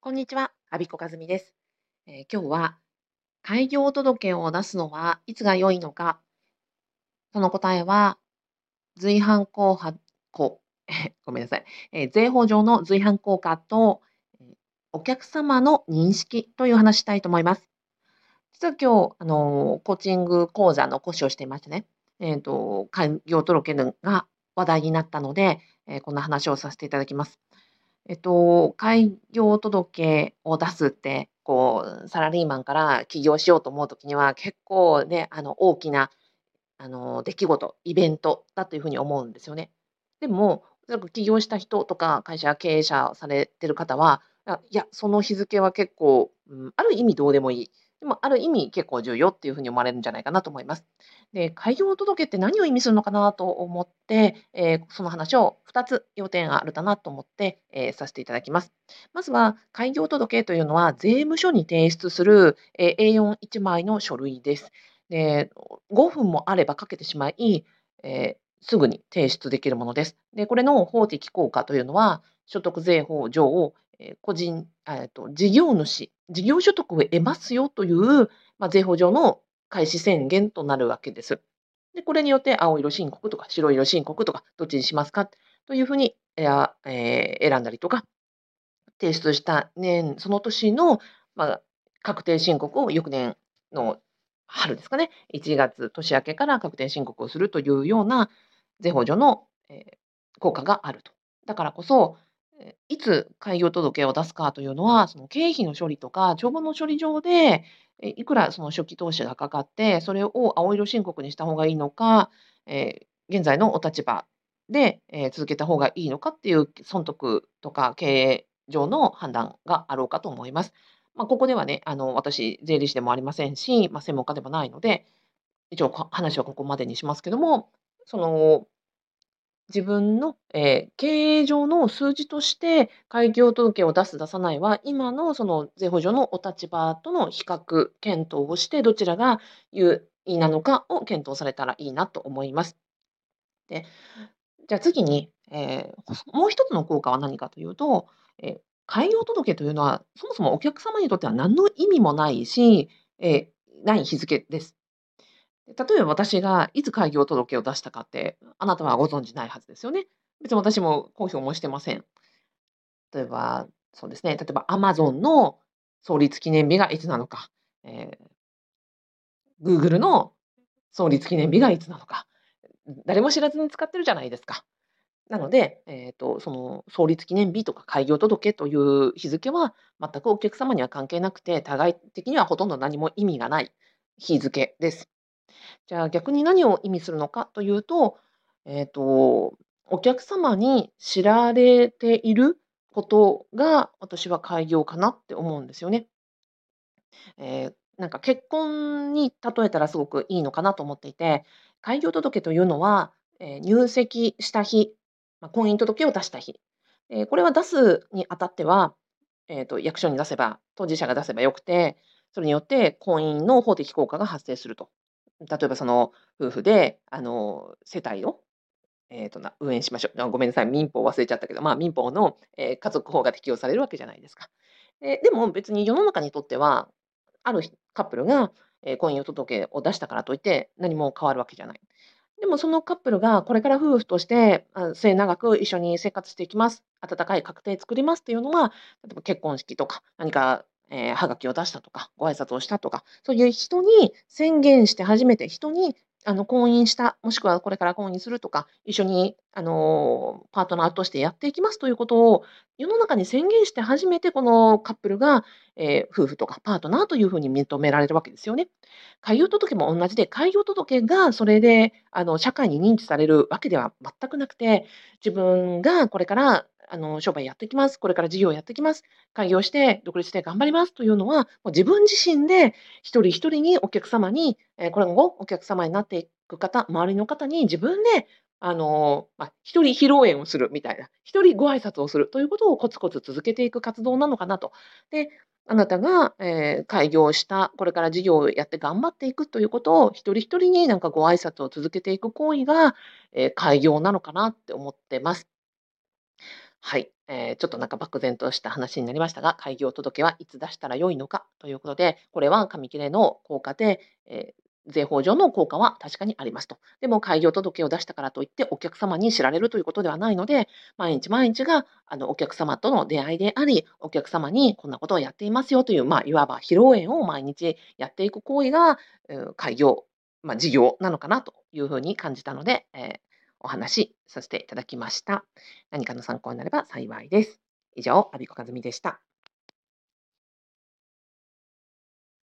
こんにちは、阿比子和美です。今日は開業届を出すのはいつが良いのか、その答えは随伴効果、こごめんなさい、税法上の随伴効果と、お客様の認識という話したいと思います。実は今日、コーチング講座の講師をしていましてね、開業届が話題になったので、こんな話をさせていただきます。開業届を出すって、サラリーマンから起業しようと思うときには、結構ね、大きな、出来事、イベントだというふうに思うんですよね。でも、おそらく起業した人とか、会社経営者されてる方は、いや、その日付は結構、ある意味どうでもいい。でも、ある意味結構重要っていうふうに思われるんじゃないかなと思います。で、開業届って何を意味するのかなと思って、その話を2つ要点があるかなと思って、させていただきます。まずは、開業届というのは税務署に提出する、A41 枚の書類です。で、5分もあれば書けてしまい、すぐに提出できるものです。で、これの法的効果というのは、所得税法上、個人、事業主、事業所得を得ますよという、税法上の開始宣言となるわけです。で、これによって青色申告とか白色申告とかどっちにしますかというふうに、選んだりとか、提出した年、その年の、確定申告を翌年の春ですかね、1月年明けから確定申告をするというような税法上の、効果があると。だからこそ、いつ開業届を出すかというのは、その経費の処理とか帳簿の処理上で、いくらその初期投資がかかって、それを青色申告にした方がいいのか、現在のお立場で、続けた方がいいのかっていう損得とか経営上の判断があろうかと思います。ここではね、私、税理士でもありませんし、専門家でもないので、一応話はここまでにしますけども、その、自分の、経営上の数字として、開業届を出す出さないは、今のその税法上のお立場との比較検討をして、どちらが優位なのかを検討されたらいいなと思います。で、じゃあ次に、もう一つの効果は何かというと、開業届というのは、そもそもお客様にとっては何の意味もないし、ない日付です。例えば私がいつ開業届を出したかって、あなたはご存じないはずですよね。別に私も公表もしてません。例えば、そうですね、例えば Amazon の創立記念日がいつなのか、Google の創立記念日がいつなのか、誰も知らずに使ってるじゃないですか。なので、その創立記念日とか開業届という日付は全くお客様には関係なくて、互い的にはほとんど何も意味がない日付です。じゃあ逆に何を意味するのかというと、お客様に知られていることが私は開業かなって思うんですよね。なんか結婚に例えたらすごくいいのかなと思っていて、開業届というのは、入籍した日、婚姻届を出した日。これは出すにあたっては、役所に出せば、当事者が出せばよくて、それによって婚姻の法的効果が発生すると。例えばその夫婦で、世帯を、運営しましょう。ごめんなさい、民法忘れちゃったけど、民法の、家族法が適用されるわけじゃないですか。でも別に世の中にとっては、あるカップルが、婚姻届を出したからといって、何も変わるわけじゃない。でもそのカップルがこれから夫婦として、末永く一緒に生活していきます。温かい家庭作りますっていうのは、例えば結婚式とか、何か、はがきを出したとか、ご挨拶をしたとか、そういう人に宣言して初めて、人に婚姻した、もしくはこれから婚姻するとか、一緒にパートナーとしてやっていきますということを、世の中に宣言して初めてこのカップルが、夫婦とかパートナーというふうに認められるわけですよね。開業届も同じで、開業届がそれで、社会に認知されるわけでは全くなくて、自分がこれから、商売やっていきます。これから事業をやっていきます。開業して独立して頑張りますというのは、もう自分自身で一人一人にお客様に、これ後お客様になっていく方、周りの方に自分で、一人披露宴をするみたいな、一人ご挨拶をするということをコツコツ続けていく活動なのかなと。で、あなたが、開業した、これから事業をやって頑張っていくということを、一人一人になんかご挨拶を続けていく行為が、開業なのかなって思ってます。 はい、ちょっとなんか漠然とした話になりましたが、開業届はいつ出したら良いのかということで、これは紙切れの効果で、税法上の効果は確かにありますと。でも開業届を出したからといってお客様に知られるということではないので、毎日毎日がお客様との出会いであり、お客様にこんなことをやっていますよという、いわば披露宴を毎日やっていく行為が、開業、事業なのかなというふうに感じたので、お話しさせていただきました。何かの参考になれば幸いです。以上、アビコカズミでした。